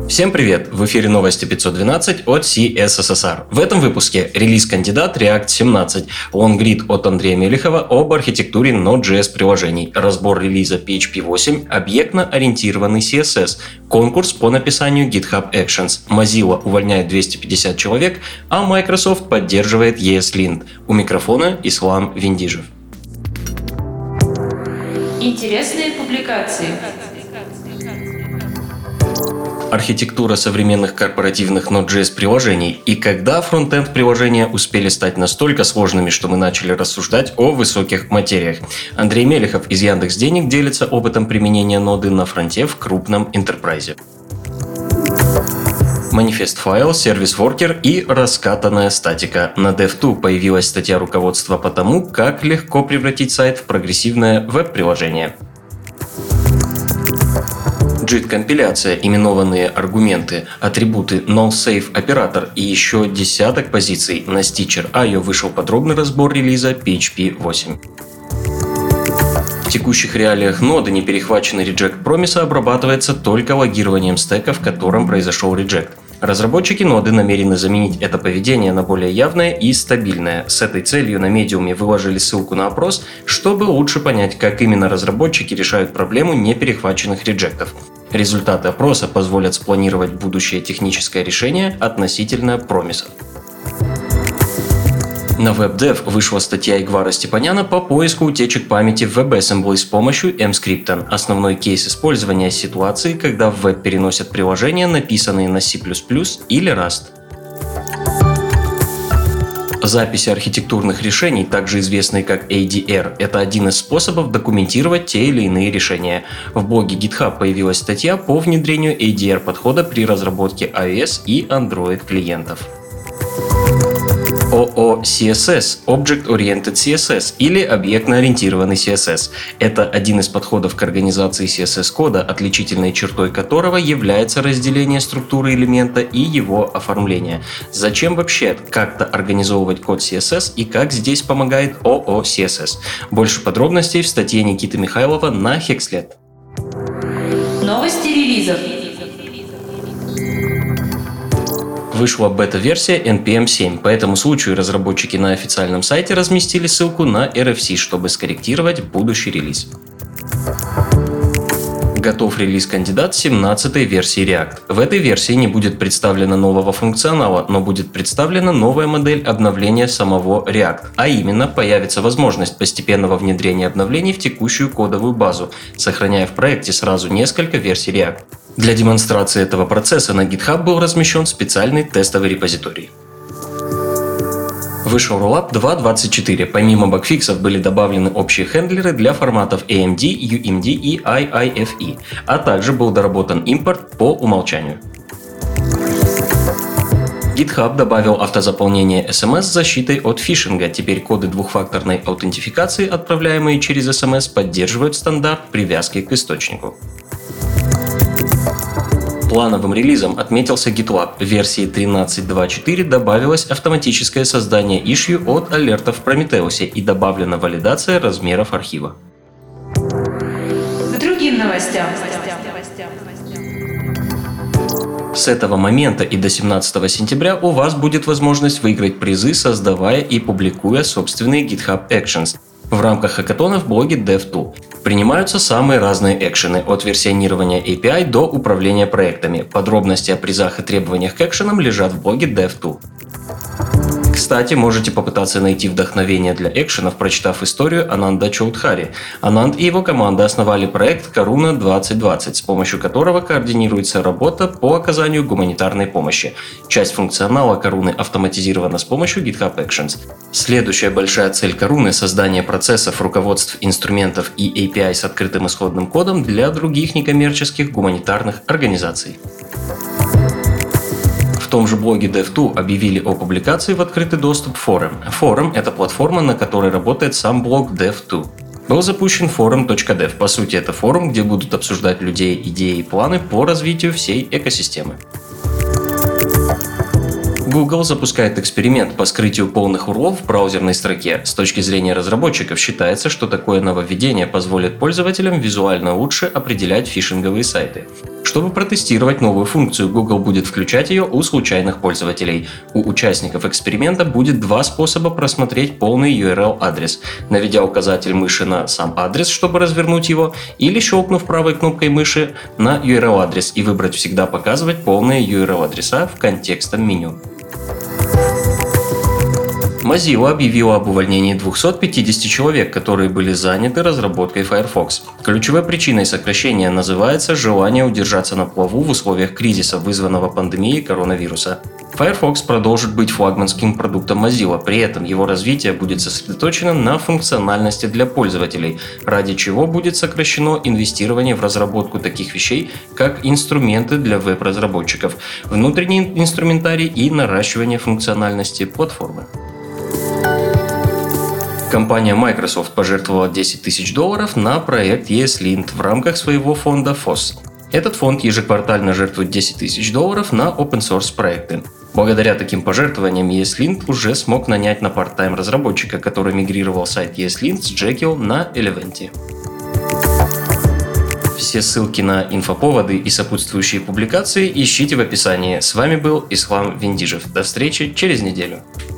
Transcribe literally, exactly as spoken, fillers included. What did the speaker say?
Всем привет! В эфире новости пятьсот двенадцать от си эс эс эс ар. В этом выпуске релиз-кандидат React семнадцать, лонгрид от Андрея Мелехова об архитектуре Node.js приложений, разбор релиза пи эйч пи восемь, объектно-ориентированный си эс эс, конкурс по написанию GitHub Actions, Mozilla увольняет двести пятьдесят человек, а Microsoft поддерживает и эс Lint. У микрофона Ислам Виндижев. Интересные публикации. Архитектура современных корпоративных Node.js приложений и когда фронтенд приложения успели стать настолько сложными, что мы начали рассуждать о высоких материях. Андрей Мелехов из Яндекс.Денег делится опытом применения ноды на фронте в крупном enterprise. Манифест-файл, сервис-воркер и раскатанная статика. На дев ту появилась статья руководства по тому, как легко превратить сайт в прогрессивное веб-приложение. джит-компиляция, именованные аргументы, атрибуты, null-safe оператор и еще десяток позиций на Stitcher точка ай о вышел подробный разбор релиза пи эйч пи восемь. В текущих реалиях ноды неперехваченный реджект промиса обрабатывается только логированием стека, в котором произошел реджект. Разработчики ноды намерены заменить это поведение на более явное и стабильное. С этой целью на Medium выложили ссылку на опрос, чтобы лучше понять, как именно разработчики решают проблему неперехваченных реджектов. Результаты опроса позволят спланировать будущее техническое решение относительно промисов. На WebDev вышла статья Игвара Степаняна по поиску утечек памяти в WebAssembly с помощью Emscripten. Основной кейс использования ситуации, когда в веб переносят приложения, написанные на си плюс плюс или Rust. Записи архитектурных решений, также известные как эй ди ар, это один из способов документировать те или иные решения. В блоге GitHub появилась статья по внедрению эй ди ар подхода при разработке iOS и Android клиентов. о о си эс эс – Object Oriented си эс эс или объектно-ориентированный си эс эс. Это один из подходов к организации си эс эс-кода, отличительной чертой которого является разделение структуры элемента и его оформление. Зачем вообще как-то организовывать код си эс эс и как здесь помогает о о си эс эс? Больше подробностей в статье Никиты Михайлова на Hexlet. Новости релизов. Вышла бета-версия эн пи эм семь. По этому случаю разработчики на официальном сайте разместили ссылку на эр эф си, чтобы скорректировать будущий релиз. Готов релиз-кандидат семнадцатой версии React. В этой версии не будет представлено нового функционала, но будет представлена новая модель обновления самого React, а именно появится возможность постепенного внедрения обновлений в текущую кодовую базу, сохраняя в проекте сразу несколько версий React. Для демонстрации этого процесса на GitHub был размещен специальный тестовый репозиторий. Вышел роллап два точка двадцать четыре. Помимо багфиксов были добавлены общие хендлеры для форматов эй эм ди, ю эм ди и ай ай эф и, а также был доработан импорт по умолчанию. GitHub добавил автозаполнение эс эм эс с защитой от фишинга. Теперь коды двухфакторной аутентификации, отправляемые через эс эм эс, поддерживают стандарт привязки к источнику. Плановым релизом отметился GitLab. В версии тринадцать точка два точка четыре добавилось автоматическое создание issue от алертов в Prometheus и добавлена валидация размеров архива. К другим новостям. С этого момента и до семнадцатого сентября у вас будет возможность выиграть призы, создавая и публикуя собственные GitHub Actions. В рамках хакатона в блоге дев ту принимаются самые разные экшены, от версионирования эй пи ай до управления проектами. Подробности о призах и требованиях к экшенам лежат в блоге дев ту. Кстати, можете попытаться найти вдохновение для экшенов, прочитав историю Ананда Чоудхари. Ананд и его команда основали проект Karuna двадцать двадцать, с помощью которого координируется работа по оказанию гуманитарной помощи. Часть функционала Karuna автоматизирована с помощью GitHub Actions. Следующая большая цель Karuna – создание процессов, руководств, инструментов и эй пи ай с открытым исходным кодом для других некоммерческих гуманитарных организаций. В том же блоге дев ту объявили о публикации в открытый доступ Forum. Forum – это платформа, на которой работает сам блог дев ту. Был запущен forum точка dev. По сути, это форум, где будут обсуждать людей, идеи и планы по развитию всей экосистемы. Google запускает эксперимент по скрытию полных урлов в браузерной строке. С точки зрения разработчиков считается, что такое нововведение позволит пользователям визуально лучше определять фишинговые сайты. Чтобы протестировать новую функцию, Google будет включать ее у случайных пользователей. У участников эксперимента будет два способа просмотреть полный ю ар эл-адрес, наведя указатель мыши на сам адрес, чтобы развернуть его, или щелкнув правой кнопкой мыши на ю ар эл-адрес и выбрать «Всегда показывать полные ю ар эл-адреса» в контекстном меню. Mozilla объявила об увольнении двухсот пятидесяти человек, которые были заняты разработкой Firefox. Ключевой причиной сокращения называется желание удержаться на плаву в условиях кризиса, вызванного пандемией коронавируса. Firefox продолжит быть флагманским продуктом Mozilla, при этом его развитие будет сосредоточено на функциональности для пользователей, ради чего будет сокращено инвестирование в разработку таких вещей, как инструменты для веб-разработчиков, внутренний инструментарий и наращивание функциональности платформы. Компания Microsoft пожертвовала десять тысяч долларов на проект и эс Lint в рамках своего фонда эф о эс. Этот фонд ежеквартально жертвует десять тысяч долларов на open-source проекты. Благодаря таким пожертвованиям и эс Lint уже смог нанять на part-time разработчика, который мигрировал сайт и эс Lint с Jekyll на Eleventy. Все ссылки на инфоповоды и сопутствующие публикации ищите в описании. С вами был Ислам Виндижев. До встречи через неделю.